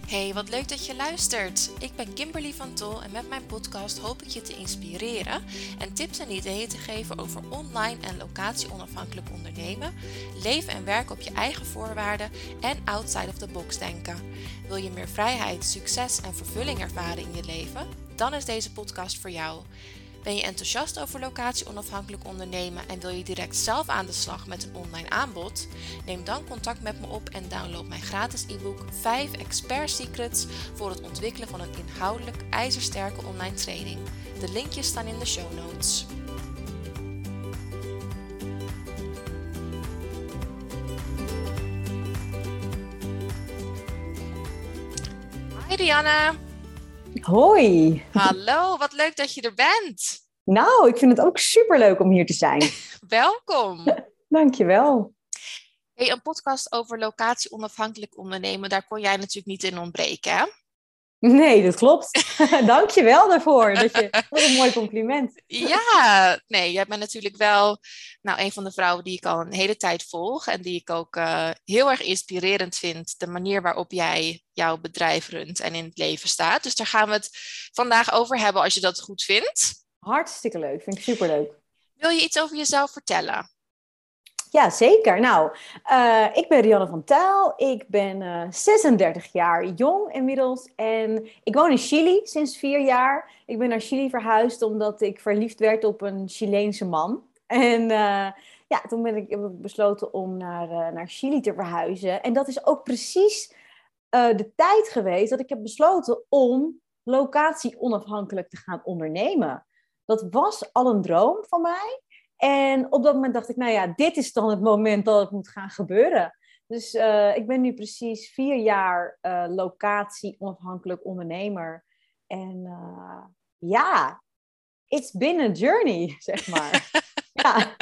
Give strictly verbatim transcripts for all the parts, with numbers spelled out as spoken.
Hey, wat leuk dat je luistert. Ik ben Kimberly van Tol en met mijn podcast hoop ik je te inspireren en tips en ideeën te geven over online en locatie-onafhankelijk ondernemen, leven en werken op je eigen voorwaarden en outside of the box denken. Wil je meer vrijheid, succes en vervulling ervaren in je leven? Dan is deze podcast voor jou. Ben je enthousiast over locatie-onafhankelijk ondernemen en wil je direct zelf aan de slag met een online aanbod? Neem dan contact met me op en download mijn gratis e-book vijf Expert Secrets voor het ontwikkelen van een inhoudelijk ijzersterke online training. De linkjes staan in de show notes. Hi Rianne. Hoi. Hallo, wat leuk dat je er bent. Nou, ik vind het ook superleuk om hier te zijn. Welkom. Dankjewel. Hey, een podcast over locatie-onafhankelijk ondernemen, daar kon jij natuurlijk niet in ontbreken, hè? Nee, dat klopt. Dankjewel daarvoor. Dat je, wat een mooi compliment. Ja, nee, jij bent natuurlijk wel nou, een van de vrouwen die ik al een hele tijd volg en die ik ook uh, heel erg inspirerend vind, de manier waarop jij jouw bedrijf runt en in het leven staat. Dus daar gaan we het vandaag over hebben als je dat goed vindt. Hartstikke leuk, vind ik superleuk. Wil je iets over jezelf vertellen? Ja, zeker. Nou, uh, ik ben Rianne van Tuyl. Ik ben uh, zesendertig jaar jong inmiddels. En ik woon in Chili sinds vier jaar. Ik ben naar Chili verhuisd omdat ik verliefd werd op een Chileense man. En uh, ja, toen ben ik, heb ik besloten om naar, uh, naar Chili te verhuizen. En dat is ook precies uh, de tijd geweest dat ik heb besloten om locatie onafhankelijk te gaan ondernemen. Dat was al een droom van mij. En op dat moment dacht ik, nou ja, dit is dan het moment dat het moet gaan gebeuren. Dus uh, ik ben nu precies vier jaar uh, locatie onafhankelijk ondernemer. En uh, ja, it's been a journey, zeg maar. ja.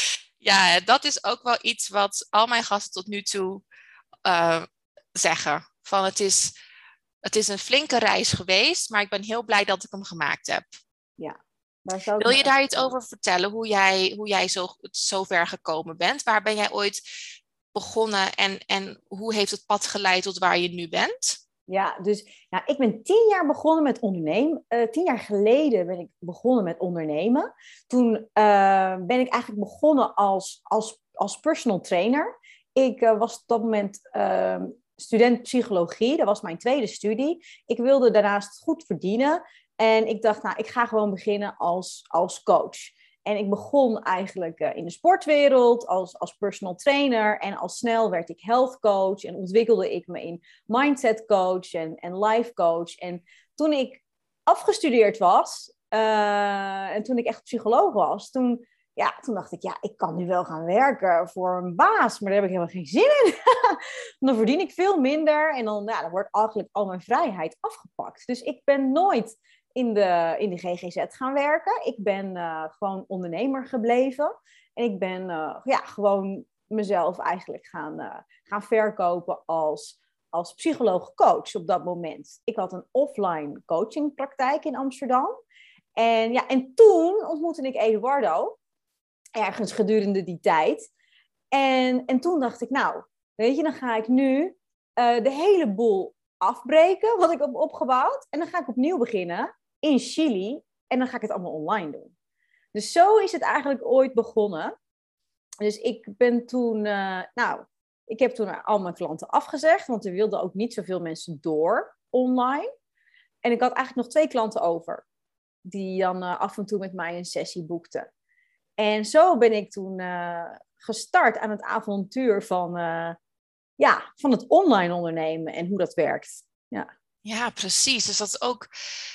ja, dat is ook wel iets wat al mijn gasten tot nu toe uh, zeggen. Van het is, het is een flinke reis geweest, maar ik ben heel blij dat ik hem gemaakt heb. Ja. Wil je daar iets over vertellen, hoe jij, hoe jij zo, zo ver gekomen bent? Waar ben jij ooit begonnen en, en hoe heeft het pad geleid tot waar je nu bent? Ja, dus nou, ik ben tien jaar begonnen met ondernemen. Uh, tien jaar geleden ben ik begonnen met ondernemen. Toen uh, ben ik eigenlijk begonnen als, als, als personal trainer. Ik uh, was op dat moment uh, student psychologie, dat was mijn tweede studie. Ik wilde daarnaast goed verdienen. En ik dacht, nou, ik ga gewoon beginnen als, als coach. En ik begon eigenlijk uh, in de sportwereld als, als personal trainer. En al snel werd ik health coach en ontwikkelde ik me in mindset coach en, en life coach. En toen ik afgestudeerd was uh, en toen ik echt psycholoog was, toen, ja, toen dacht ik, ja, ik kan nu wel gaan werken voor een baas. Maar daar heb ik helemaal geen zin in. Dan verdien ik veel minder en dan, ja, dan wordt eigenlijk al mijn vrijheid afgepakt. Dus ik ben nooit in de, in de G G Z gaan werken. Ik ben uh, gewoon ondernemer gebleven. En ik ben uh, ja, gewoon mezelf eigenlijk gaan, uh, gaan verkopen als, als psycholoog-coach op dat moment. Ik had een offline coachingpraktijk in Amsterdam. En, ja, en toen ontmoette ik Eduardo, ergens gedurende die tijd. En, en toen dacht ik, nou, weet je, dan ga ik nu uh, de hele boel afbreken, wat ik heb opgebouwd. En dan ga ik opnieuw beginnen in Chili. En dan ga ik het allemaal online doen. Dus zo is het eigenlijk ooit begonnen. Dus ik ben toen... Uh, nou, ik heb toen al mijn klanten afgezegd. Want er wilden ook niet zoveel mensen door online. En ik had eigenlijk nog twee klanten over. Die dan uh, af en toe met mij een sessie boekten. En zo ben ik toen uh, gestart aan het avontuur van... Uh, ja, van het online ondernemen en hoe dat werkt. Ja, ja precies. Dus dat is ook...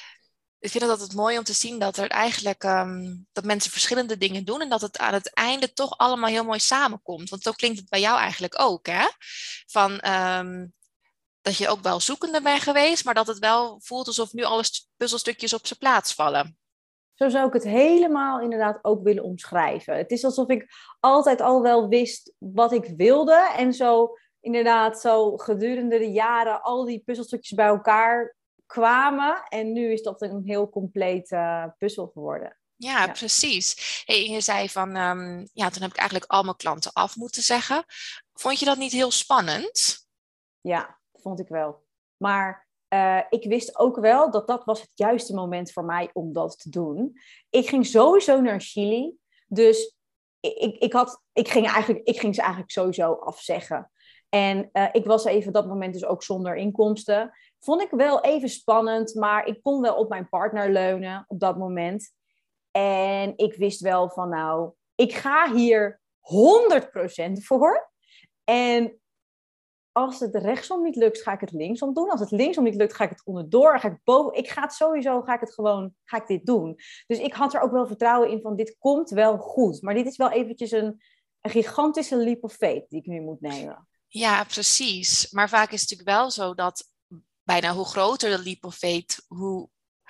Ik vind het altijd mooi om te zien dat er eigenlijk um, dat mensen verschillende dingen doen en dat het aan het einde toch allemaal heel mooi samenkomt. Want zo klinkt het bij jou eigenlijk ook, hè? Van um, dat je ook wel zoekende bent geweest, maar dat het wel voelt alsof nu alle st- puzzelstukjes op zijn plaats vallen. Zo zou ik het helemaal inderdaad ook willen omschrijven. Het is alsof ik altijd al wel wist wat ik wilde en zo inderdaad zo gedurende de jaren al die puzzelstukjes bij elkaar kwamen. En nu is dat een heel compleet uh, puzzel geworden. Ja, ja. Precies. Hey, je zei van, um, ja, toen heb ik eigenlijk al mijn klanten af moeten zeggen. Vond je dat niet heel spannend? Ja, vond ik wel. Maar uh, ik wist ook wel dat dat was het juiste moment voor mij om dat te doen. Ik ging sowieso naar Chili. Dus ik, ik, had, ik, ging, eigenlijk, ik ging ze eigenlijk sowieso afzeggen. En uh, ik was even op dat moment dus ook zonder inkomsten. Vond ik wel even spannend, maar ik kon wel op mijn partner leunen op dat moment. En ik wist wel van nou, ik ga hier honderd procent voor. En als het rechtsom niet lukt, ga ik het linksom doen. Als het linksom niet lukt, ga ik het onderdoor. Ga ik boven. Ik ga het sowieso, ga ik het gewoon, ga ik dit doen. Dus ik had er ook wel vertrouwen in van dit komt wel goed. Maar dit is wel eventjes een, een gigantische leap of faith die ik nu moet nemen. Ja, precies. Maar vaak is het natuurlijk wel zo dat bijna hoe groter de leap of faith, hoe,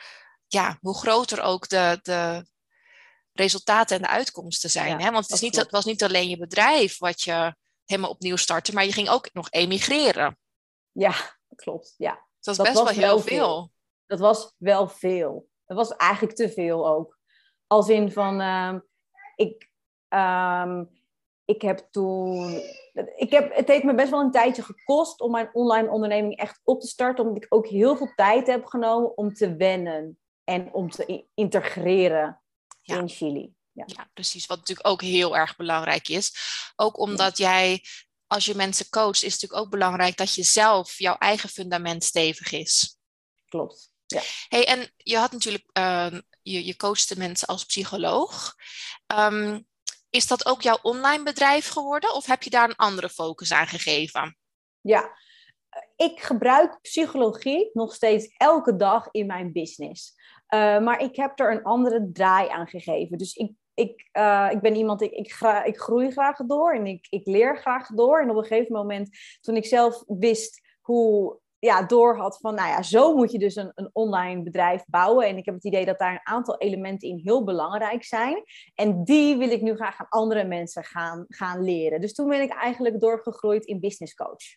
ja, hoe groter ook de, de resultaten en de uitkomsten zijn. Ja, hè? Want het, is niet, het was niet alleen je bedrijf wat je helemaal opnieuw startte, maar je ging ook nog emigreren. Ja, klopt. Ja. Dat is best wel heel wel veel. veel. Dat was wel veel. Dat was eigenlijk te veel ook. Als in van, uh, ik, um, ik heb toen, ik heb, het heeft me best wel een tijdje gekost om mijn online onderneming echt op te starten, omdat ik ook heel veel tijd heb genomen om te wennen en om te integreren ja. in Chili. Ja. ja, precies. Wat natuurlijk ook heel erg belangrijk is. Ook omdat ja. jij, als je mensen coacht, is het natuurlijk ook belangrijk dat je zelf, jouw eigen fundament stevig is. Klopt, ja. Hey, en je had natuurlijk, uh, je, je coachte mensen als psycholoog. Um, is dat ook jouw online bedrijf geworden? Of heb je daar een andere focus aan gegeven? Ja, ik gebruik psychologie nog steeds elke dag in mijn business. Uh, maar ik heb er een andere draai aan gegeven. Dus ik Ik, uh, ik ben iemand, ik, ik, gra- ik groei graag door en ik, ik leer graag door. En op een gegeven moment, toen ik zelf wist hoe, ja, door had van, nou ja, zo moet je dus een, een online bedrijf bouwen. En ik heb het idee dat daar een aantal elementen in heel belangrijk zijn. En die wil ik nu graag aan andere mensen gaan, gaan leren. Dus toen ben ik eigenlijk doorgegroeid in business coach.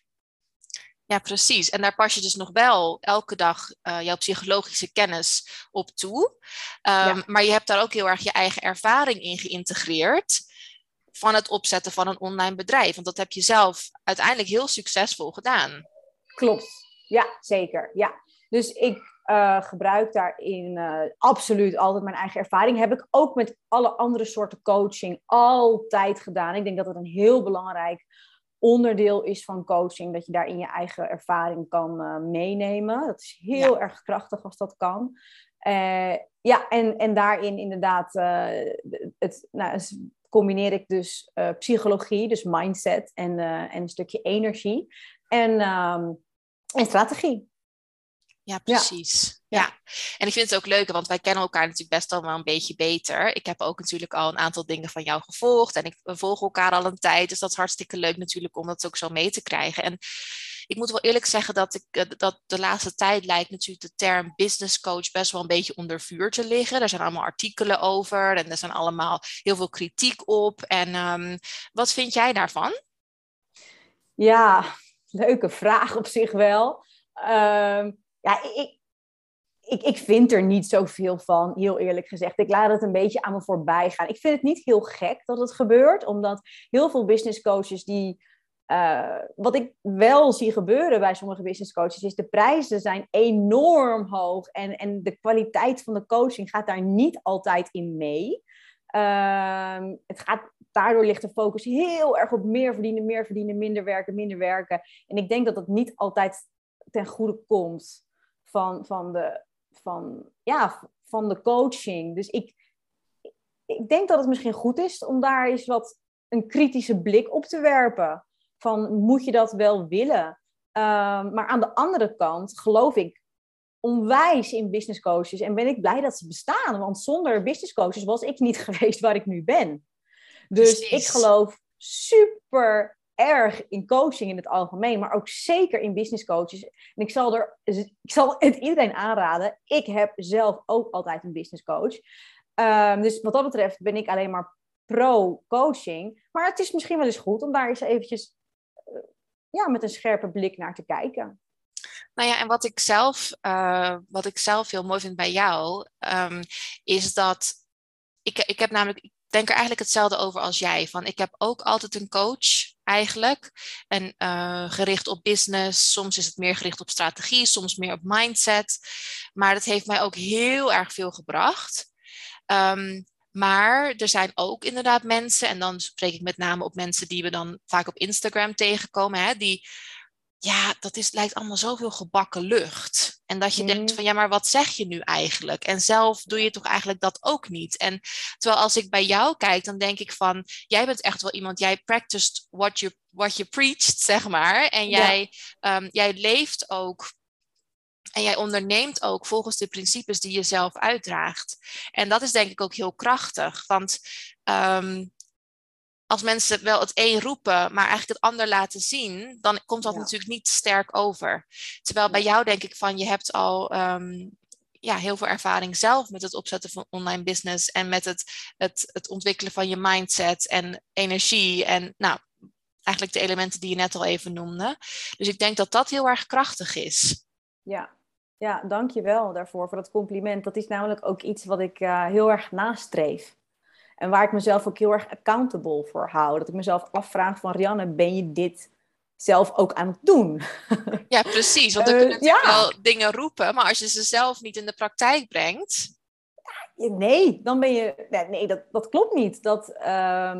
Ja, precies. En daar pas je dus nog wel elke dag uh, jouw psychologische kennis op toe. Um, ja. Maar je hebt daar ook heel erg je eigen ervaring in geïntegreerd van het opzetten van een online bedrijf. Want dat heb je zelf uiteindelijk heel succesvol gedaan. Klopt. Ja, zeker. Ja. Dus ik uh, gebruik daarin uh, absoluut altijd mijn eigen ervaring. Heb ik ook met alle andere soorten coaching altijd gedaan. Ik denk dat het een heel belangrijk onderdeel is van coaching, dat je daarin je eigen ervaring kan uh, meenemen. Dat is heel ja. erg krachtig als dat kan. Uh, ja, en, en daarin inderdaad uh, het, nou, het combineer ik dus uh, psychologie, dus mindset en, uh, en een stukje energie en, um, en strategie. Ja, precies. Ja. ja, en ik vind het ook leuk, want wij kennen elkaar natuurlijk best al wel een beetje beter. Ik heb ook natuurlijk al een aantal dingen van jou gevolgd en ik volg elkaar al een tijd. Dus dat is hartstikke leuk natuurlijk om dat ook zo mee te krijgen. En ik moet wel eerlijk zeggen dat, ik, dat de laatste tijd lijkt natuurlijk de term business coach best wel een beetje onder vuur te liggen. Er zijn allemaal artikelen over en er zijn allemaal heel veel kritiek op. En um, wat vind jij daarvan? Ja, leuke vraag op zich wel. Um... Ja, ik, ik, ik vind er niet zoveel van, heel eerlijk gezegd. Ik laat het een beetje aan me voorbij gaan. Ik vind het niet heel gek dat het gebeurt, omdat heel veel business coaches die... Uh, wat ik wel zie gebeuren bij sommige business coaches is de prijzen zijn enorm hoog en, en de kwaliteit van de coaching gaat daar niet altijd in mee. Uh, het gaat, daardoor ligt de focus heel erg op meer verdienen, meer verdienen, minder werken, minder werken. En ik denk dat dat niet altijd ten goede komt van, van, de, van, ja, van de coaching. Dus ik, ik denk dat het misschien goed is om daar eens wat een kritische blik op te werpen. Van, moet je dat wel willen? Uh, maar aan de andere kant geloof ik onwijs in business coaches en ben ik blij dat ze bestaan. Want zonder business coaches was ik niet geweest waar ik nu ben. Dus Precies. ik geloof super erg in coaching in het algemeen, maar ook zeker in business coaches. En ik zal, er, ik zal het iedereen aanraden. Ik heb zelf ook altijd een business coach. Um, dus wat dat betreft ben ik alleen maar pro-coaching. Maar het is misschien wel eens goed om daar eens eventjes uh, ja, met een scherpe blik naar te kijken. Nou ja, en wat ik zelf, uh, wat ik zelf heel mooi vind bij jou, um, is dat ik, ik heb namelijk, ik denk er eigenlijk hetzelfde over als jij. Van, ik heb ook altijd een coach eigenlijk. En uh, gericht op business. Soms is het meer gericht op strategie, soms meer op mindset. Maar dat heeft mij ook heel erg veel gebracht. Um, maar er zijn ook inderdaad mensen, en dan spreek ik met name op mensen die we dan vaak op Instagram tegenkomen, hè, die, ja, dat is, lijkt allemaal zoveel gebakken lucht. En dat je mm. denkt van, ja, maar wat zeg je nu eigenlijk? En zelf doe je toch eigenlijk dat ook niet? En terwijl als ik bij jou kijk, dan denk ik van, jij bent echt wel iemand, jij practiced what you, what you preached, zeg maar. En jij, ja. um, jij leeft ook. En jij onderneemt ook volgens de principes die je zelf uitdraagt. En dat is denk ik ook heel krachtig. Want um, als mensen wel het een roepen, maar eigenlijk het ander laten zien, dan komt dat ja. natuurlijk niet sterk over. Terwijl bij jou denk ik van, je hebt al um, ja, heel veel ervaring zelf met het opzetten van online business. En met het, het, het ontwikkelen van je mindset en energie. En nou, eigenlijk de elementen die je net al even noemde. Dus ik denk dat dat heel erg krachtig is. Ja. Ja, dank je wel daarvoor, voor dat compliment. Dat is namelijk ook iets wat ik uh, heel erg nastreef. En waar ik mezelf ook heel erg accountable voor hou. Dat ik mezelf afvraag van, Rianne, ben je dit zelf ook aan het doen? Ja, precies. Want er uh, kunnen natuurlijk ja. wel dingen roepen, maar als je ze zelf niet in de praktijk brengt... Nee, dan ben je... Nee, nee dat, dat klopt niet. Dat, uh,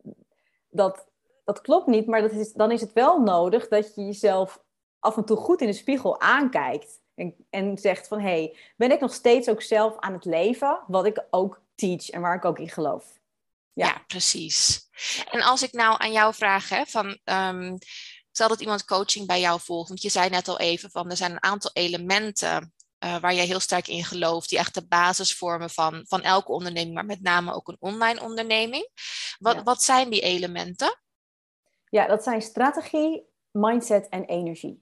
dat, dat klopt niet, maar dat is, dan is het wel nodig dat je jezelf af en toe goed in de spiegel aankijkt. En, en zegt van, hé, hey, ben ik nog steeds ook zelf aan het leven, wat ik ook teach en waar ik ook in geloof. Ja, ja precies. En als ik nou aan jou vraag, hè, van, um, stel dat iemand coaching bij jou volgt, want je zei net al even van, er zijn een aantal elementen uh, waar jij heel sterk in gelooft, die echt de basis vormen van, van elke onderneming, maar met name ook een online onderneming. Wat, ja. wat zijn die elementen? Ja, dat zijn strategie, mindset en energie.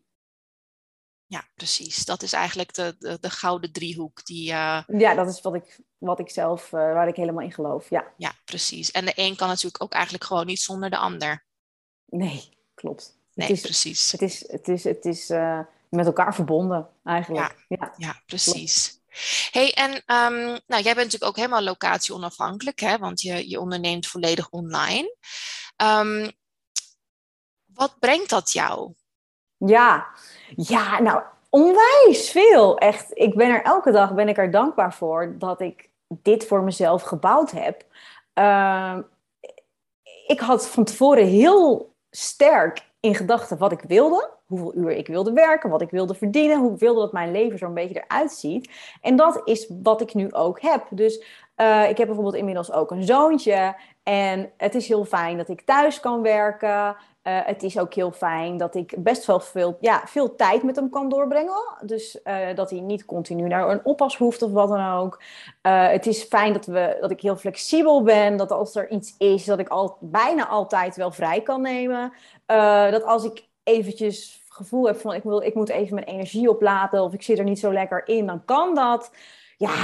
Ja, precies. Dat is eigenlijk de, de, de gouden driehoek. Die, uh... Ja, dat is wat ik, wat ik zelf, uh, waar ik helemaal in geloof. Ja. ja, precies. En de een kan natuurlijk ook eigenlijk gewoon niet zonder de ander. Nee, klopt. Nee, het is, precies. Het is, het is, het is uh, met elkaar verbonden eigenlijk. Ja, ja. ja precies. Hey, en um, nou, jij bent natuurlijk ook helemaal locatie onafhankelijk, hè? Want je, je onderneemt volledig online. Um, wat brengt dat jou? Ja, ja, nou, onwijs veel. Echt, ik ben er elke dag ben ik er dankbaar voor dat ik dit voor mezelf gebouwd heb. Uh, ik had van tevoren heel sterk in gedachten wat ik wilde. Hoeveel uur ik wilde werken, wat ik wilde verdienen. Hoe ik wilde dat mijn leven zo'n beetje eruit ziet. En dat is wat ik nu ook heb. Dus uh, ik heb bijvoorbeeld inmiddels ook een zoontje. En het is heel fijn dat ik thuis kan werken. Uh, het is ook heel fijn dat ik best wel veel, ja, veel tijd met hem kan doorbrengen. Dus uh, dat hij niet continu naar een oppas hoeft of wat dan ook. Uh, het is fijn dat, we, dat ik heel flexibel ben. Dat als er iets is, dat ik al, bijna altijd wel vrij kan nemen. Uh, dat als ik eventjes het gevoel heb van ik, wil, ik moet even mijn energie opladen. Of ik zit er niet zo lekker in, dan kan dat. Ja,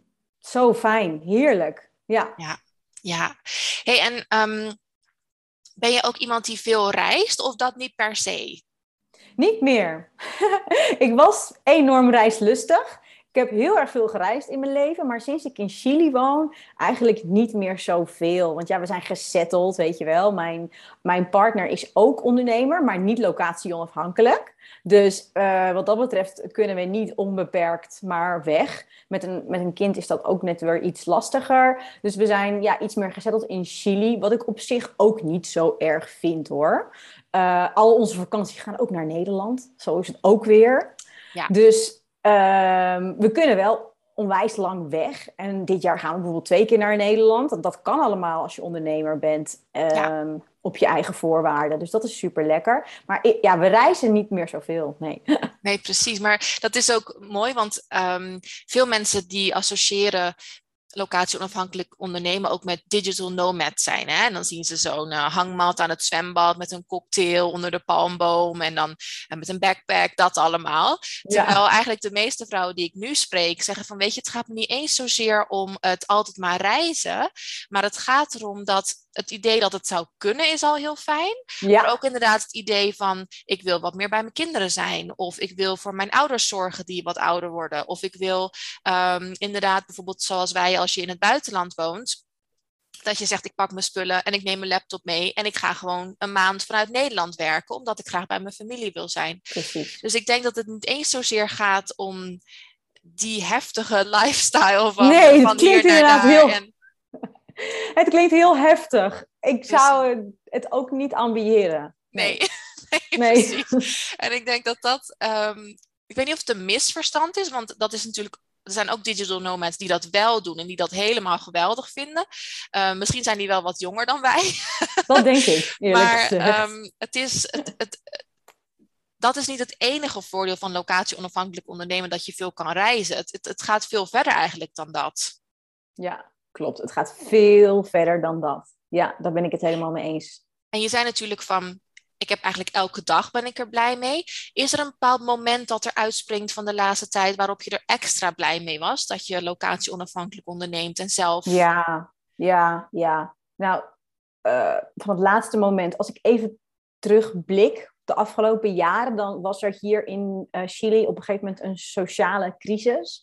zo fijn. Heerlijk. Ja. Ja, ja. Hey, en... Um... Ben je ook iemand die veel reist of dat niet per se? Niet meer. Ik was enorm reislustig. Ik heb heel erg veel gereisd in mijn leven, maar sinds ik in Chili woon, eigenlijk niet meer zoveel. Want ja, we zijn gesetteld, weet je wel. Mijn, mijn partner is ook ondernemer, maar niet locatie onafhankelijk. Dus uh, wat dat betreft kunnen we niet onbeperkt maar weg. Met een, met een kind is dat ook net weer iets lastiger. Dus we zijn ja, iets meer gesetteld in Chili, wat ik op zich ook niet zo erg vind hoor. Uh, al onze vakanties gaan ook naar Nederland. Zo is het ook weer. Ja. Dus uh, we kunnen wel onwijs lang weg. En dit jaar gaan we bijvoorbeeld twee keer naar Nederland. Dat, dat kan allemaal als je ondernemer bent. Uh, ja. Op je eigen voorwaarden. Dus dat is super lekker. Maar ja, we reizen niet meer zoveel. Nee. Nee, precies. Maar dat is ook mooi, want um, veel mensen die associëren locatie onafhankelijk ondernemen ook met digital nomad zijn. Hè? En dan zien ze zo'n uh, hangmat aan het zwembad met een cocktail onder de palmboom en dan uh, met een backpack, dat allemaal. Terwijl ja. eigenlijk de meeste vrouwen die ik nu spreek zeggen van weet je, het gaat me niet eens zozeer om het altijd maar reizen, maar het gaat erom dat het idee dat het zou kunnen is al heel fijn. Ja. Maar ook inderdaad het idee van ik wil wat meer bij mijn kinderen zijn. Of ik wil voor mijn ouders zorgen die wat ouder worden. Of ik wil um, inderdaad bijvoorbeeld zoals wij als je in het buitenland woont. Dat je zegt, ik pak mijn spullen en ik neem mijn laptop mee en ik ga gewoon een maand vanuit Nederland werken, omdat ik graag bij mijn familie wil zijn. Precies. Dus ik denk dat het niet eens zozeer gaat om die heftige lifestyle van, nee, van het klinkt hier naar inderdaad daar. heel... En... Het klinkt heel heftig. Ik Dus... zou het ook niet ambiëren. Nee, nee, nee, nee. Precies. En ik denk dat dat... Um, ik weet niet of het een misverstand is, want dat is natuurlijk... Er zijn ook digital nomads die dat wel doen en die dat helemaal geweldig vinden. Uh, misschien zijn die wel wat jonger dan wij. Dat denk ik, eerlijk maar, gezegd. Um, het is... Het, het, dat is niet het enige voordeel van locatie-onafhankelijk ondernemen, dat je veel kan reizen. Het, het, het gaat veel verder eigenlijk dan dat. Ja, klopt. Het gaat veel verder dan dat. Ja, daar ben ik het helemaal mee eens. En je zei natuurlijk van, ik heb eigenlijk elke dag ben ik er blij mee. Is er een bepaald moment dat er uitspringt van de laatste tijd waarop je er extra blij mee was? Dat je locatie-onafhankelijk onderneemt en zelf... Ja, ja, ja. Nou, uh, van het laatste moment, als ik even terugblik de afgelopen jaren, dan was er hier in uh, Chili op een gegeven moment een sociale crisis.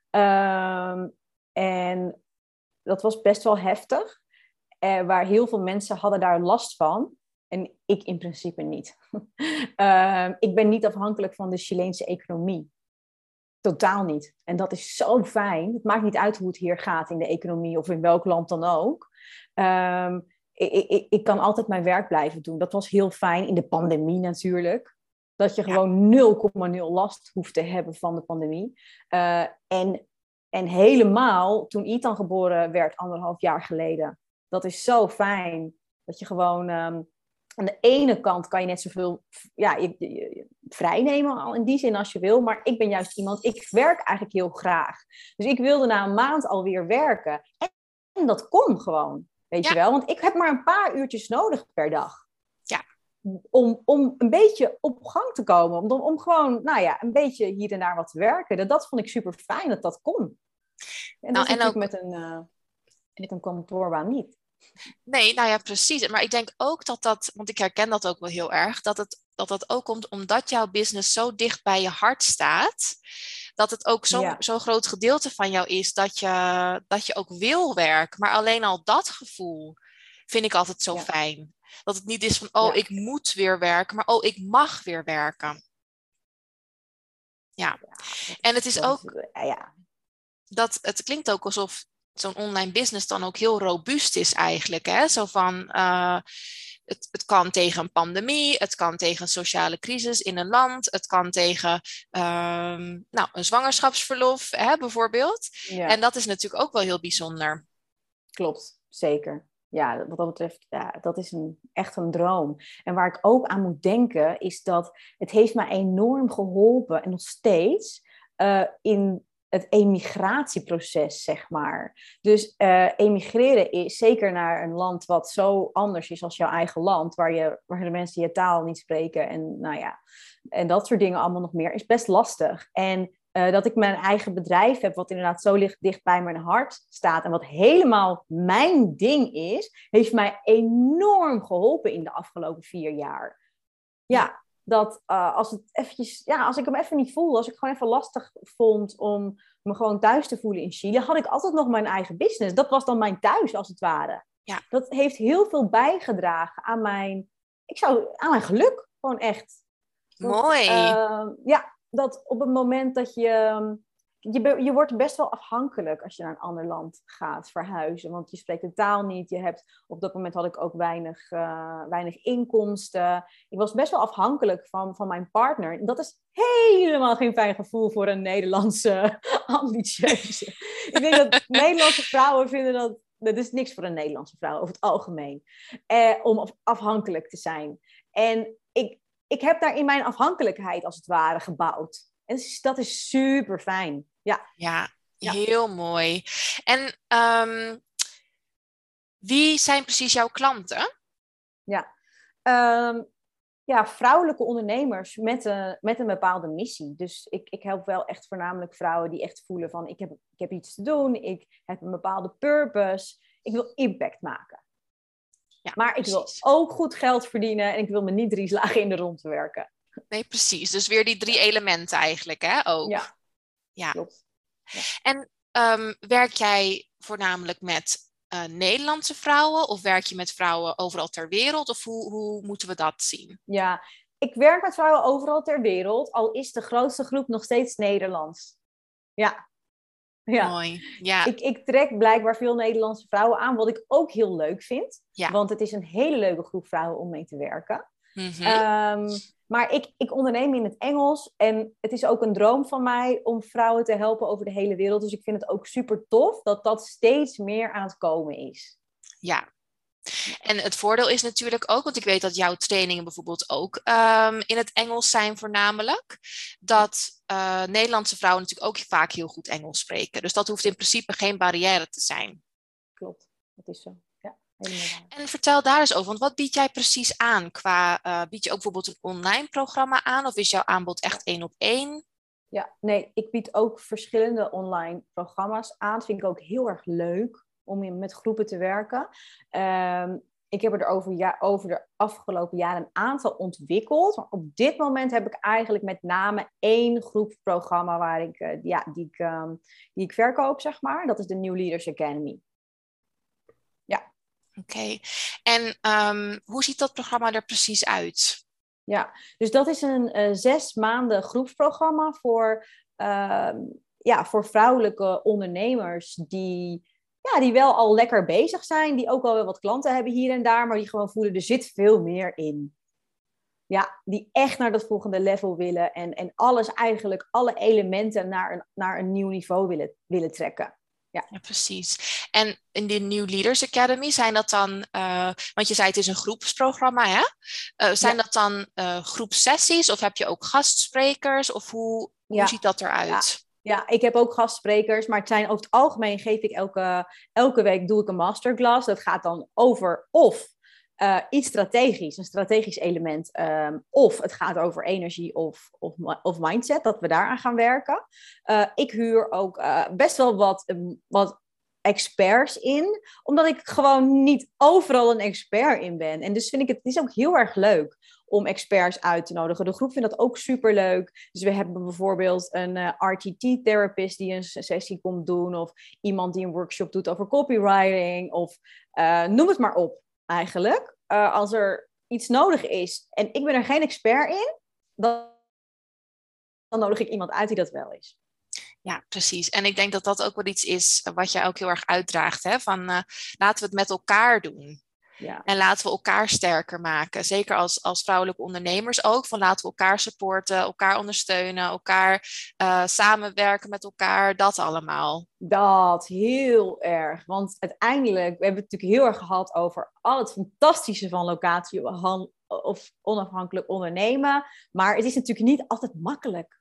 Um, en dat was best wel heftig, uh, waar heel veel mensen hadden daar last van. En ik in principe niet. uh, ik ben niet afhankelijk van de Chileense economie. Totaal niet. En dat is zo fijn. Het maakt niet uit hoe het hier gaat in de economie of in welk land dan ook. Um, Ik, ik, ik kan altijd mijn werk blijven doen. Dat was heel fijn in de pandemie natuurlijk. Dat je gewoon nul komma nul last hoeft te hebben van de pandemie. Uh, en, en helemaal toen Ethan geboren werd, anderhalf jaar geleden. Dat is zo fijn. Dat je gewoon... Um, aan de ene kant kan je net zoveel ja, je, je, je, vrij nemen al in die zin als je wil. Maar ik ben juist iemand... Ik werk eigenlijk heel graag. Dus ik wilde na een maand alweer werken. En, en dat kon gewoon. Weet ja. je wel? Want ik heb maar een paar uurtjes nodig per dag. Ja. Om, om een beetje op gang te komen. Om, om gewoon, nou ja, een beetje hier en daar wat te werken. Dat, dat vond ik super fijn dat dat kon. En dat nou, is en natuurlijk ook... met, een, uh, met een kantoorbaan niet. Nee, nou ja, precies. Maar ik denk ook dat dat, want ik herken dat ook wel heel erg, dat het, dat dat ook komt omdat jouw business zo dicht bij je hart staat. Dat het ook zo'n ja. zo'n groot gedeelte van jou is dat je, dat je ook wil werken. Maar alleen al dat gevoel vind ik altijd zo ja. fijn. Dat het niet is van, oh, ja. ik moet weer werken, maar oh, ik mag weer werken. Ja. ja en het is dat, ook, ja. dat het klinkt ook alsof zo'n online business dan ook heel robuust is eigenlijk. Hè? Zo van, uh, het, het kan tegen een pandemie, het kan tegen een sociale crisis in een land, het kan tegen um, nou, een zwangerschapsverlof hè, bijvoorbeeld. Ja. En dat is natuurlijk ook wel heel bijzonder. Klopt, zeker. Ja, wat dat betreft, ja, dat is een, echt een droom. En waar ik ook aan moet denken, is dat het heeft mij enorm geholpen en nog steeds uh, in het emigratieproces, zeg maar. Dus uh, emigreren is zeker naar een land wat zo anders is als jouw eigen land, waar, je, waar de mensen je taal niet spreken en, nou ja, en dat soort dingen allemaal nog meer, is best lastig. En uh, dat ik mijn eigen bedrijf heb, wat inderdaad zo licht, dicht bij mijn hart staat en wat helemaal mijn ding is, heeft mij enorm geholpen in de afgelopen vier jaar. Ja. Dat uh, als, het eventjes, ja, als ik hem even niet voelde, als ik gewoon even lastig vond om me gewoon thuis te voelen in Chili, had ik altijd nog mijn eigen business. Dat was dan mijn thuis, als het ware. Ja. Dat heeft heel veel bijgedragen aan mijn, ik zou, aan mijn geluk. Gewoon echt. Dat, Mooi. Uh, ja, dat op het moment dat je... Je, je wordt best wel afhankelijk als je naar een ander land gaat verhuizen. Want je spreekt de taal niet. Je hebt, op dat moment had ik ook weinig, uh, weinig inkomsten. Ik was best wel afhankelijk van, van mijn partner. Dat is helemaal geen fijn gevoel voor een Nederlandse ambitieuze. Ik denk dat Nederlandse vrouwen vinden dat... Dat is niks voor een Nederlandse vrouw over het algemeen. Eh, om afhankelijk te zijn. En ik, ik heb daar in mijn afhankelijkheid als het ware gebouwd. En dat is super fijn. Ja. Ja, heel ja. mooi. En um, wie zijn precies jouw klanten? Ja, um, ja vrouwelijke ondernemers met een, met een bepaalde missie. Dus ik, ik help wel echt voornamelijk vrouwen die echt voelen van ik heb, ik heb iets te doen, ik heb een bepaalde purpose, ik wil impact maken. Ja, maar ik precies. wil ook goed geld verdienen en ik wil me niet drie slagen in de ronde werken. Nee, precies. Dus weer die drie elementen eigenlijk, hè? Ook. Ja, ja. klopt. Ja. En um, werk jij voornamelijk met uh, Nederlandse vrouwen of werk je met vrouwen overal ter wereld? Of hoe, hoe moeten we dat zien? Ja, ik werk met vrouwen overal ter wereld, al is de grootste groep nog steeds Nederlands. Ja. Ja. Mooi, ja. Ik, ik trek blijkbaar veel Nederlandse vrouwen aan, wat ik ook heel leuk vind. Ja. Want het is een hele leuke groep vrouwen om mee te werken. Mm-hmm. Um, maar ik, ik onderneem in het Engels en het is ook een droom van mij om vrouwen te helpen over de hele wereld. Dus ik vind het ook super tof dat dat steeds meer aan het komen is. Ja. En het voordeel is natuurlijk ook, want ik weet dat jouw trainingen bijvoorbeeld ook um, in het Engels zijn voornamelijk, dat uh, Nederlandse vrouwen natuurlijk ook vaak heel goed Engels spreken. Dus dat hoeft in principe geen barrière te zijn. Klopt, dat is zo. Ja, helemaal waar. En vertel daar eens over, want wat bied jij precies aan? Qua, uh, bied je ook bijvoorbeeld een online programma aan of is jouw aanbod echt één op één? Ja, nee, ik bied ook verschillende online programma's aan. Dat vind ik ook heel erg leuk om met groepen te werken. Um, ik heb er over, ja, over de afgelopen jaren een aantal ontwikkeld. Maar op dit moment heb ik eigenlijk met name één groepsprogramma waar ik, uh, ja, die, ik, um, die ik verkoop, zeg maar. Dat is de New Leaders Academy. Ja. Oké. Okay. En um, hoe ziet dat programma er precies uit? Ja, dus dat is een uh, zes maanden groepsprogramma voor, uh, ja, voor vrouwelijke ondernemers die... Ja, die wel al lekker bezig zijn, die ook al wel wat klanten hebben hier en daar, maar die gewoon voelen, er zit veel meer in. Ja, die echt naar dat volgende level willen en, en alles eigenlijk, alle elementen naar een, naar een nieuw niveau willen, willen trekken. Ja. Ja, precies. En in de New Leaders Academy zijn dat dan, uh, want je zei het is een groepsprogramma, hè? Uh, zijn ja. dat dan uh, groepsessies of heb je ook gastsprekers of hoe, hoe ja. ziet dat eruit? Ja. Ja, ik heb ook gastsprekers, maar het zijn over het algemeen geef ik elke, elke week doe ik een masterclass. Dat gaat dan over of uh, iets strategisch, een strategisch element, um, of het gaat over energie of, of, of mindset, dat we daaraan gaan werken. Uh, ik huur ook uh, best wel wat, um, wat experts in, omdat ik gewoon niet overal een expert in ben. En dus vind ik het, het is ook heel erg leuk om experts uit te nodigen. De groep vindt dat ook superleuk. Dus we hebben bijvoorbeeld een uh, R T T-therapist die een sessie komt doen, of iemand die een workshop doet over copywriting, of uh, noem het maar op eigenlijk. Uh, als er iets nodig is en ik ben er geen expert in, dan, dan nodig ik iemand uit die dat wel is. Ja, precies. En ik denk dat dat ook wel iets is wat jij ook heel erg uitdraagt. Hè? Van uh, laten we het met elkaar doen. Ja. En laten we elkaar sterker maken. Zeker als, als vrouwelijke ondernemers ook. Van laten we elkaar supporten, elkaar ondersteunen, elkaar uh, samenwerken met elkaar. Dat allemaal. Dat, heel erg. Want uiteindelijk, we hebben het natuurlijk heel erg gehad over al het fantastische van locatie of onafhankelijk ondernemen. Maar het is natuurlijk niet altijd makkelijk.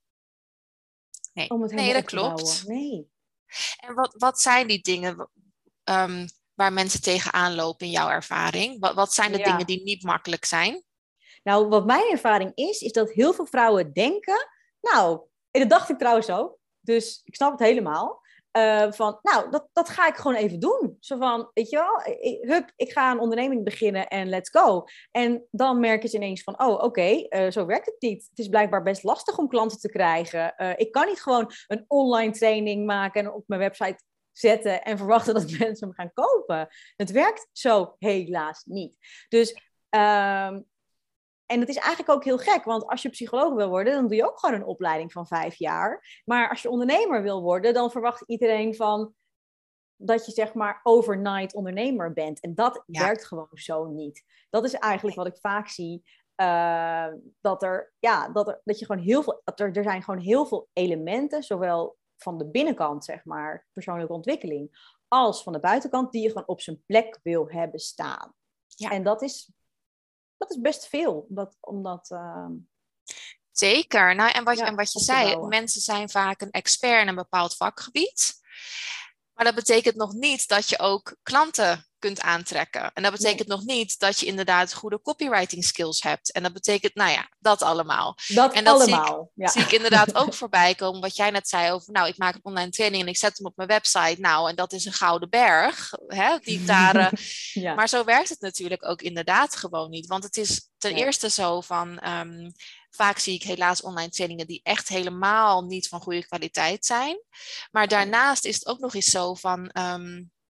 Nee, om het nee dat klopt. Nee. En wat, wat zijn die dingen um, waar mensen tegenaan lopen in jouw ervaring? Wat, wat zijn de ja. dingen die niet makkelijk zijn? Nou, wat mijn ervaring is, is dat heel veel vrouwen denken... Nou, en dat dacht ik trouwens ook. Dus ik snap het helemaal. Uh, van, nou, dat, dat ga ik gewoon even doen. Zo van, weet je wel, ik, hup, ik ga een onderneming beginnen en let's go. En dan merken ze ineens van, oh, oké, okay, uh, zo werkt het niet. Het is blijkbaar best lastig om klanten te krijgen. Uh, ik kan niet gewoon een online training maken en op mijn website zetten en verwachten dat mensen hem gaan kopen. Het werkt zo helaas niet. Dus... Uh, En dat is eigenlijk ook heel gek, want als je psycholoog wil worden, dan doe je ook gewoon een opleiding van vijf jaar. Maar als je ondernemer wil worden, dan verwacht iedereen van dat je zeg maar overnight ondernemer bent. En dat ja. werkt gewoon zo niet. Dat is eigenlijk wat ik vaak zie, uh, dat er, ja, dat er, dat je gewoon heel veel, dat er, er zijn gewoon heel veel elementen, zowel van de binnenkant, zeg maar, persoonlijke ontwikkeling, als van de buitenkant, die je gewoon op zijn plek wil hebben staan. Ja. En dat is... Dat is best veel. Omdat, omdat, uh... Zeker. Nou, en wat, ja, en wat je zei, bouwen. Mensen zijn vaak een expert in een bepaald vakgebied. Maar dat betekent nog niet dat je ook klanten kunt aantrekken. En dat betekent nee. nog niet dat je inderdaad goede copywriting skills hebt. En dat betekent, nou ja, dat allemaal. Dat, en dat allemaal. Zie ik, ja. zie ik inderdaad ook voorbij komen. Wat jij net zei over, nou, ik maak een online training en ik zet hem op mijn website. Nou, en dat is een gouden berg. Hè, die daar, uh, ja. Maar zo werkt het natuurlijk ook inderdaad gewoon niet. Want het is ten ja. eerste zo van... Um, Vaak zie ik helaas online trainingen die echt helemaal niet van goede kwaliteit zijn. Maar daarnaast is het ook nog eens zo van... Um,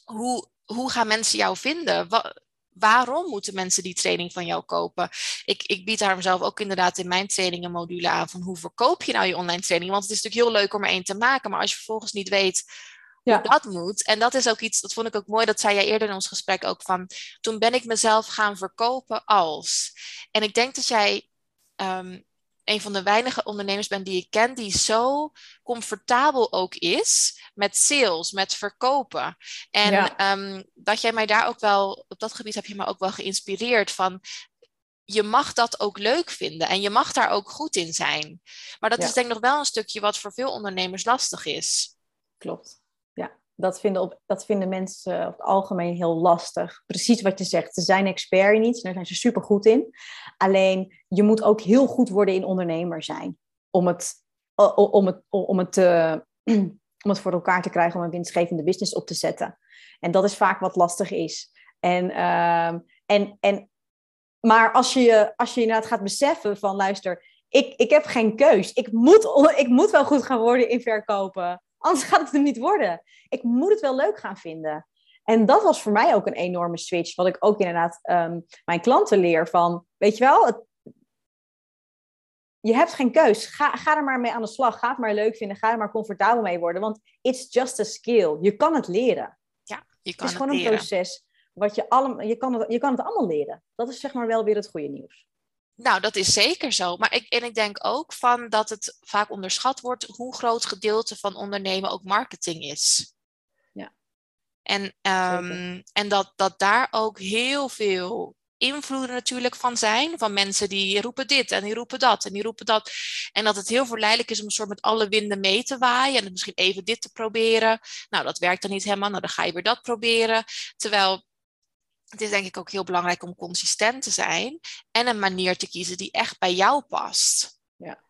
hoe, hoe gaan mensen jou vinden? Wa- waarom moeten mensen die training van jou kopen? Ik, ik bied daarom zelf ook inderdaad in mijn training een module aan van hoe verkoop je nou je online training? Want het is natuurlijk heel leuk om er één te maken, maar als je vervolgens niet weet hoe Ja, dat moet. En dat is ook iets, dat vond ik ook mooi, dat zei jij eerder in ons gesprek ook van, toen ben ik mezelf gaan verkopen als. En ik denk dat jij um, een van de weinige ondernemers bent die ik ken, die zo comfortabel ook is met sales, met verkopen. En ja, um, dat jij mij daar ook wel, op dat gebied heb je me ook wel geïnspireerd van, je mag dat ook leuk vinden en je mag daar ook goed in zijn. Maar dat is ja, denk ik nog wel een stukje wat voor veel ondernemers lastig is. klopt. Ja, dat vinden, op, dat vinden mensen over het algemeen heel lastig. Precies wat je zegt. Ze zijn expert in iets, daar zijn ze super goed in. Alleen, je moet ook heel goed worden in ondernemer zijn. Om het, om het, om het, uh, om het voor elkaar te krijgen om een winstgevende business op te zetten. En dat is vaak wat lastig is. En, uh, en, en, maar als je, als je inderdaad gaat beseffen van, luister, ik, ik heb geen keus. Ik moet, ik moet wel goed gaan worden in verkopen. Anders gaat het er niet worden. Ik moet het wel leuk gaan vinden. En dat was voor mij ook een enorme switch. Wat ik ook inderdaad um, mijn klanten leer van, weet je wel, het, je hebt geen keus. Ga, ga er maar mee aan de slag. Ga het maar leuk vinden. Ga er maar comfortabel mee worden. Want it's just a skill. Je kan het leren. Ja, je kan het is het gewoon leren. een proces. Wat je, allemaal, je, kan het, je kan het allemaal leren. Dat is zeg maar wel weer het goede nieuws. Nou, dat is zeker zo. Maar ik, en ik denk ook van dat het vaak onderschat wordt hoe groot gedeelte van ondernemen ook marketing is. Ja. En, um, en dat, dat daar ook heel veel invloeden natuurlijk van zijn. Van mensen die roepen dit en die roepen dat en die roepen dat. En dat het heel verleidelijk is om een soort met alle winden mee te waaien. En misschien even dit te proberen. Nou, dat werkt dan niet helemaal. Nou, dan ga je weer dat proberen. Terwijl het is denk ik ook heel belangrijk om consistent te zijn. En een manier te kiezen die echt bij jou past. Ja,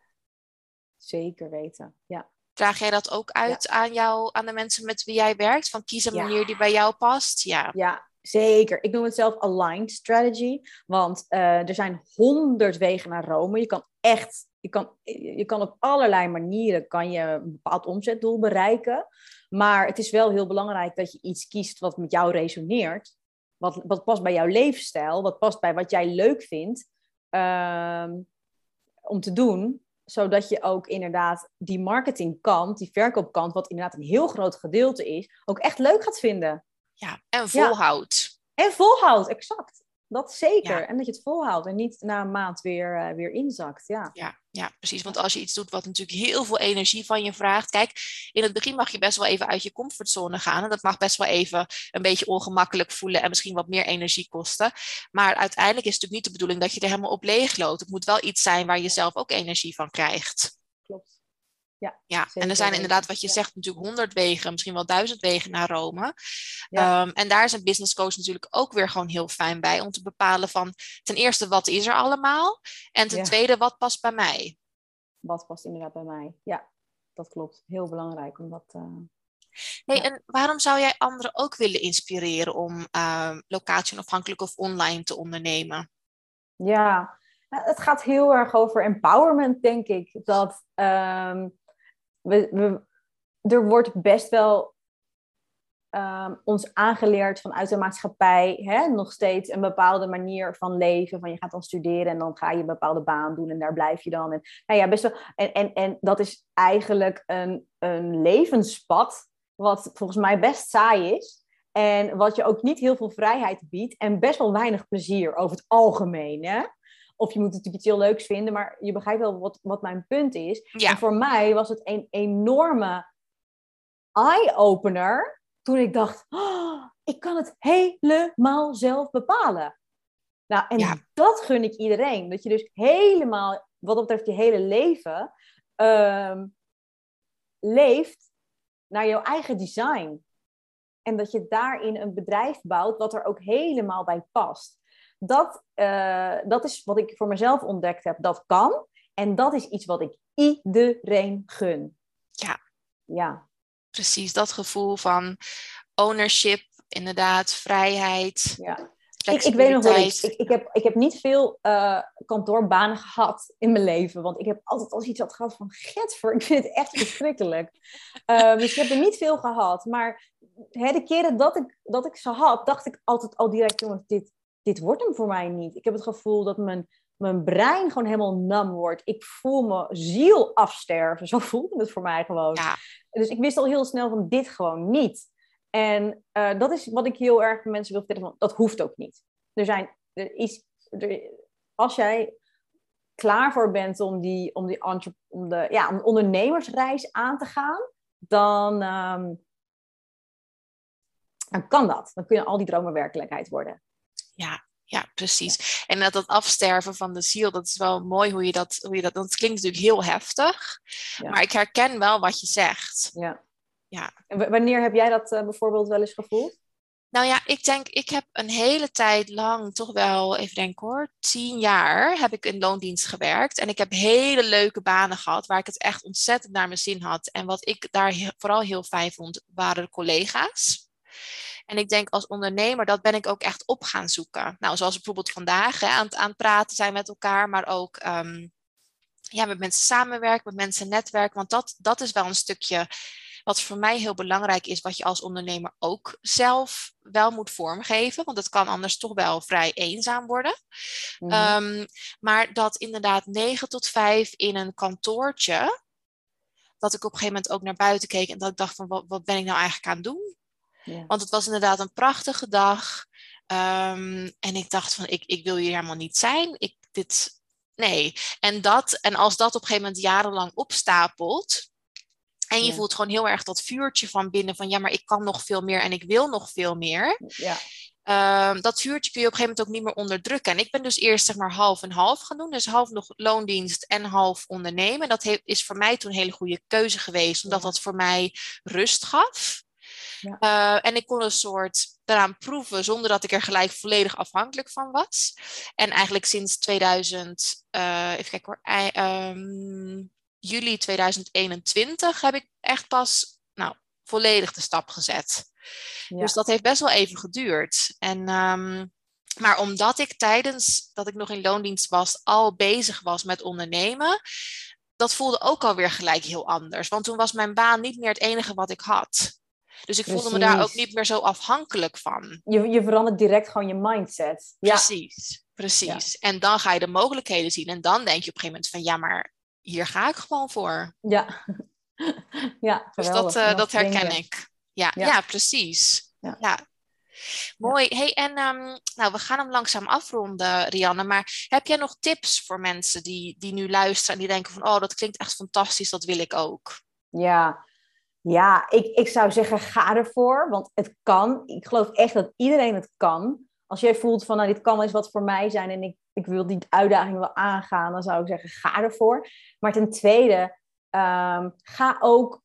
zeker weten. Ja. Draag jij dat ook uit ja. aan jou, aan de mensen met wie jij werkt? Van kies een ja. manier die bij jou past? Ja. Ja, zeker. Ik noem het zelf aligned strategy. Want uh, er zijn honderd wegen naar Rome. Je kan echt, je kan, je kan op allerlei manieren kan je een bepaald omzetdoel bereiken. Maar het is wel heel belangrijk dat je iets kiest wat met jou resoneert. Wat, wat past bij jouw levensstijl. Wat past bij wat jij leuk vindt uh, om te doen. Zodat je ook inderdaad die marketingkant, die verkoopkant, wat inderdaad een heel groot gedeelte is, ook echt leuk gaat vinden. Ja, en volhoudt. Ja. En volhoudt, exact. Dat zeker. Ja. En dat je het volhoudt en niet na een maand weer, uh, weer inzakt. Ja. Ja, ja, precies. Want als je iets doet wat natuurlijk heel veel energie van je vraagt. Kijk, in het begin mag je best wel even uit je comfortzone gaan. En dat mag best wel even een beetje ongemakkelijk voelen en misschien wat meer energie kosten. Maar uiteindelijk is het natuurlijk niet de bedoeling dat je er helemaal op leegloopt. Het moet wel iets zijn waar je zelf ook energie van krijgt. Klopt. Ja, ja, en er zijn inderdaad, wat je ja. zegt, natuurlijk honderd wegen, misschien wel duizend wegen naar Rome. Ja. Um, en daar is een business coach natuurlijk ook weer gewoon heel fijn bij om te bepalen van ten eerste, wat is er allemaal? En ten ja. tweede, wat past bij mij? Wat past inderdaad bij mij? Ja, dat klopt. Heel belangrijk om dat... Uh... Hey, ja. En waarom zou jij anderen ook willen inspireren om uh, locatie-onafhankelijk of online te ondernemen? Ja, het gaat heel erg over empowerment, denk ik. Dat um, we, we, er wordt best wel um, ons aangeleerd vanuit de maatschappij, hè, nog steeds een bepaalde manier van leven. Van je gaat dan studeren en dan ga je een bepaalde baan doen en daar blijf je dan. En, nou ja, best wel, en, en, en dat is eigenlijk een, een levenspad wat volgens mij best saai is. En wat je ook niet heel veel vrijheid biedt en best wel weinig plezier over het algemeen, hè? Of je moet natuurlijk iets heel leuks vinden, maar je begrijpt wel wat, wat mijn punt is. Ja. En voor mij was het een enorme eye-opener toen ik dacht, oh, ik kan het helemaal zelf bepalen. Nou, en ja. dat gun ik iedereen. Dat je dus helemaal, wat dat betreft je hele leven, um, leeft naar jouw eigen design. En dat je daarin een bedrijf bouwt wat er ook helemaal bij past. Dat, uh, dat is wat ik voor mezelf ontdekt heb. Dat kan. En dat is iets wat ik iedereen gun. Ja. Ja. Precies, dat gevoel van ownership, inderdaad, vrijheid. Ja. Ik, ik weet nog wel iets. flexibiliteit. Ik, ik, heb, ik heb niet veel uh, kantoorbanen gehad in mijn leven. Want ik heb altijd als iets had gehad van... Getver, ik vind het echt verschrikkelijk. Uh, dus ik heb er niet veel gehad. Maar hè, de keren dat ik, dat ik ze had... dacht ik altijd al direct... jongens, dit, dit wordt hem voor mij niet. Ik heb het gevoel dat mijn, mijn brein gewoon helemaal nam wordt. Ik voel mijn ziel afsterven. Zo voelde het voor mij gewoon. Ja. Dus ik wist al heel snel van dit gewoon niet. En uh, dat is wat ik heel erg mensen wil vertellen. Van, dat hoeft ook niet. Er zijn, er is, er, als jij klaar voor bent om die, om die entre, om de, ja, om de ondernemersreis aan te gaan, dan, um, dan kan dat. Dan kunnen al die dromen werkelijkheid worden. Ja. Ja, precies. En dat, dat afsterven van de ziel, dat is wel mooi hoe je dat... Hoe je dat, dat klinkt natuurlijk heel heftig. Ja. Maar ik herken wel wat je zegt. Ja. Ja. En w- wanneer heb jij dat uh, bijvoorbeeld wel eens gevoeld? Nou ja, ik denk, ik heb een hele tijd lang, toch wel, even denken hoor, tien jaar heb ik in loondienst gewerkt. En ik heb hele leuke banen gehad, waar ik het echt ontzettend naar mijn zin had. En wat ik daar he- vooral heel fijn vond, waren de collega's. En ik denk als ondernemer, dat ben ik ook echt op gaan zoeken. Nou, zoals bijvoorbeeld vandaag, hè, aan, het, aan het praten zijn met elkaar, maar ook um, ja, met mensen samenwerken, met mensen netwerken. Want dat, dat is wel een stukje wat voor mij heel belangrijk is, wat je als ondernemer ook zelf wel moet vormgeven. Want het kan anders toch wel vrij eenzaam worden. Mm-hmm. Um, maar dat inderdaad negen tot vijf in een kantoortje, dat ik op een gegeven moment ook naar buiten keek en dat ik dacht van, wat, wat ben ik nou eigenlijk aan het doen? Ja. Want het was inderdaad een prachtige dag. Um, en ik dacht van, ik, ik wil hier helemaal niet zijn. Ik, dit, nee. En, dat, en als dat op een gegeven moment jarenlang opstapelt. En je ja. voelt gewoon heel erg dat vuurtje van binnen. Van ja, maar ik kan nog veel meer en ik wil nog veel meer. Ja. Um, dat vuurtje kun je op een gegeven moment ook niet meer onderdrukken. En ik ben dus eerst zeg maar half en half gaan doen. Dus half nog loondienst en half ondernemen. Dat he- is voor mij toen een hele goede keuze geweest. Omdat ja. dat voor mij rust gaf. Ja. Uh, en ik kon een soort eraan proeven zonder dat ik er gelijk volledig afhankelijk van was. En eigenlijk sinds tweeduizend, uh, even kijken hoor, uh, um, juli tweeduizend eenentwintig heb ik echt pas nou, volledig de stap gezet. Ja. Dus dat heeft best wel even geduurd. En, um, maar omdat ik tijdens dat ik nog in loondienst was al bezig was met ondernemen, dat voelde ook alweer gelijk heel anders. Want toen was mijn baan niet meer het enige wat ik had. Dus ik Precies. voelde me daar ook niet meer zo afhankelijk van. Je, je verandert direct gewoon je mindset. Ja. Precies, precies. Ja. En dan ga je de mogelijkheden zien. En dan denk je op een gegeven moment van ja, maar hier ga ik gewoon voor. Ja, ja dus dat, uh, dat herken ik. Ja, ja. ja precies. Ja. ja. Mooi. Ja. Hey, en um, nou, we gaan hem langzaam afronden, Rianne. Maar heb jij nog tips voor mensen die, die nu luisteren en die denken van oh, dat klinkt echt fantastisch, dat wil ik ook? Ja. Ja, ik, ik zou zeggen, ga ervoor, want het kan. Ik geloof echt dat iedereen het kan. Als jij voelt van, nou, dit kan wel eens wat voor mij zijn en ik, ik wil die uitdaging wel aangaan, dan zou ik zeggen, ga ervoor. Maar ten tweede, um, ga ook,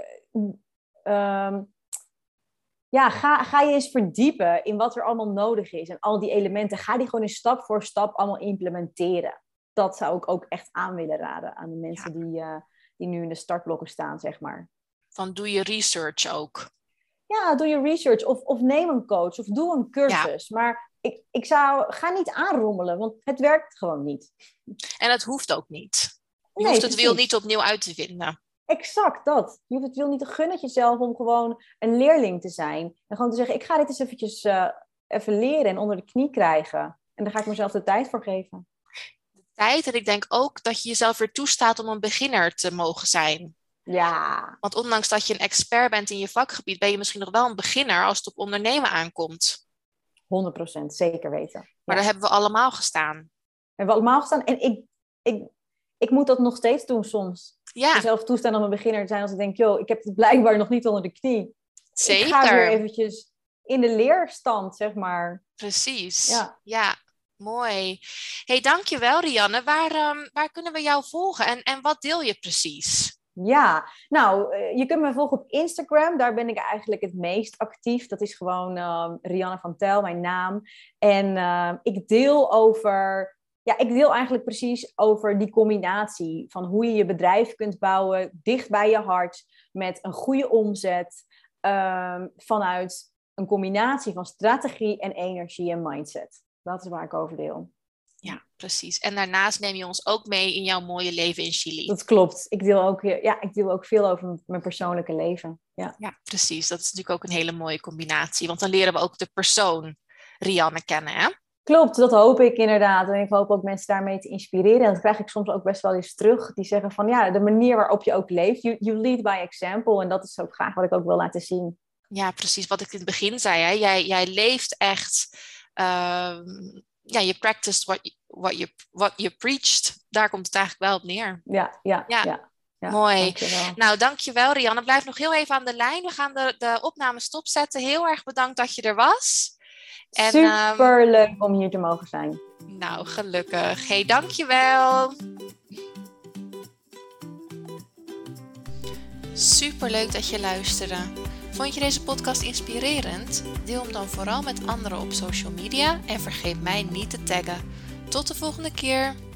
um, ja, ga, ga je eens verdiepen in wat er allemaal nodig is en al die elementen. Ga die gewoon eens stap voor stap allemaal implementeren. Dat zou ik ook echt aan willen raden aan de mensen ja. die, uh, die nu in de startblokken staan, zeg maar. Van doe je research ook. Ja, doe je research. Of, of neem een coach. Of doe een cursus. Ja. Maar ik, ik zou... Ga niet aanrommelen. Want het werkt gewoon niet. En het hoeft ook niet. Je nee, hoeft het precies. wiel niet opnieuw uit te vinden. Exact dat. Je hoeft het wiel niet te gunnen jezelf om gewoon een leerling te zijn. En gewoon te zeggen, ik ga dit eens eventjes uh, even leren en onder de knie krijgen. En daar ga ik mezelf de tijd voor geven. De tijd. En ik denk ook dat je jezelf weer toestaat om een beginner te mogen zijn. Ja. Want ondanks dat je een expert bent in je vakgebied, ben je misschien nog wel een beginner als het op ondernemen aankomt. honderd procent, zeker weten. Maar ja. daar hebben we allemaal gestaan. Hebben we allemaal gestaan. En ik, ik, ik moet dat nog steeds doen soms. Ja. Mezelf toestaan om een beginner te zijn als ik denk, joh, ik heb het blijkbaar nog niet onder de knie. Zeker. Ik ga weer eventjes in de leerstand, zeg maar. Precies. Ja. Ja. Mooi. Hey, dankjewel Rianne. Waar, um, waar kunnen we jou volgen en, en wat deel je precies? Ja, nou, je kunt me volgen op Instagram. Daar ben ik eigenlijk het meest actief. Dat is gewoon uh, Rianne van Tel, mijn naam. En uh, ik deel over... Ja, ik deel eigenlijk precies over die combinatie van hoe je je bedrijf kunt bouwen, dicht bij je hart, met een goede omzet, uh, vanuit een combinatie van strategie en energie en mindset. Dat is waar ik over deel. Ja, precies. En daarnaast neem je ons ook mee in jouw mooie leven in Chili. Dat klopt. Ik deel ook, ja, ik deel ook veel over mijn persoonlijke leven. Ja. Ja, precies. Dat is natuurlijk ook een hele mooie combinatie. Want dan leren we ook de persoon Rianne kennen, hè? Klopt, dat hoop ik inderdaad. En ik hoop ook mensen daarmee te inspireren. En dat krijg ik soms ook best wel eens terug. Die zeggen van ja, de manier waarop je ook leeft. You, you lead by example. En dat is ook graag wat ik ook wil laten zien. Ja, precies. Wat ik in het begin zei. Hè? Jij, jij leeft echt... Uh, ja, je practiced what you, what, you, what you preached. Daar komt het eigenlijk wel op neer. Ja, ja, ja. ja. ja Mooi. Dankjewel. Nou, dankjewel Rianne. Blijf nog heel even aan de lijn. We gaan de, de opname stopzetten. Heel erg bedankt dat je er was. En, Super um, leuk om hier te mogen zijn. Nou, gelukkig. Hey, dankjewel. Super leuk dat je luisterde. Vond je deze podcast inspirerend? Deel hem dan vooral met anderen op social media en vergeet mij niet te taggen. Tot de volgende keer.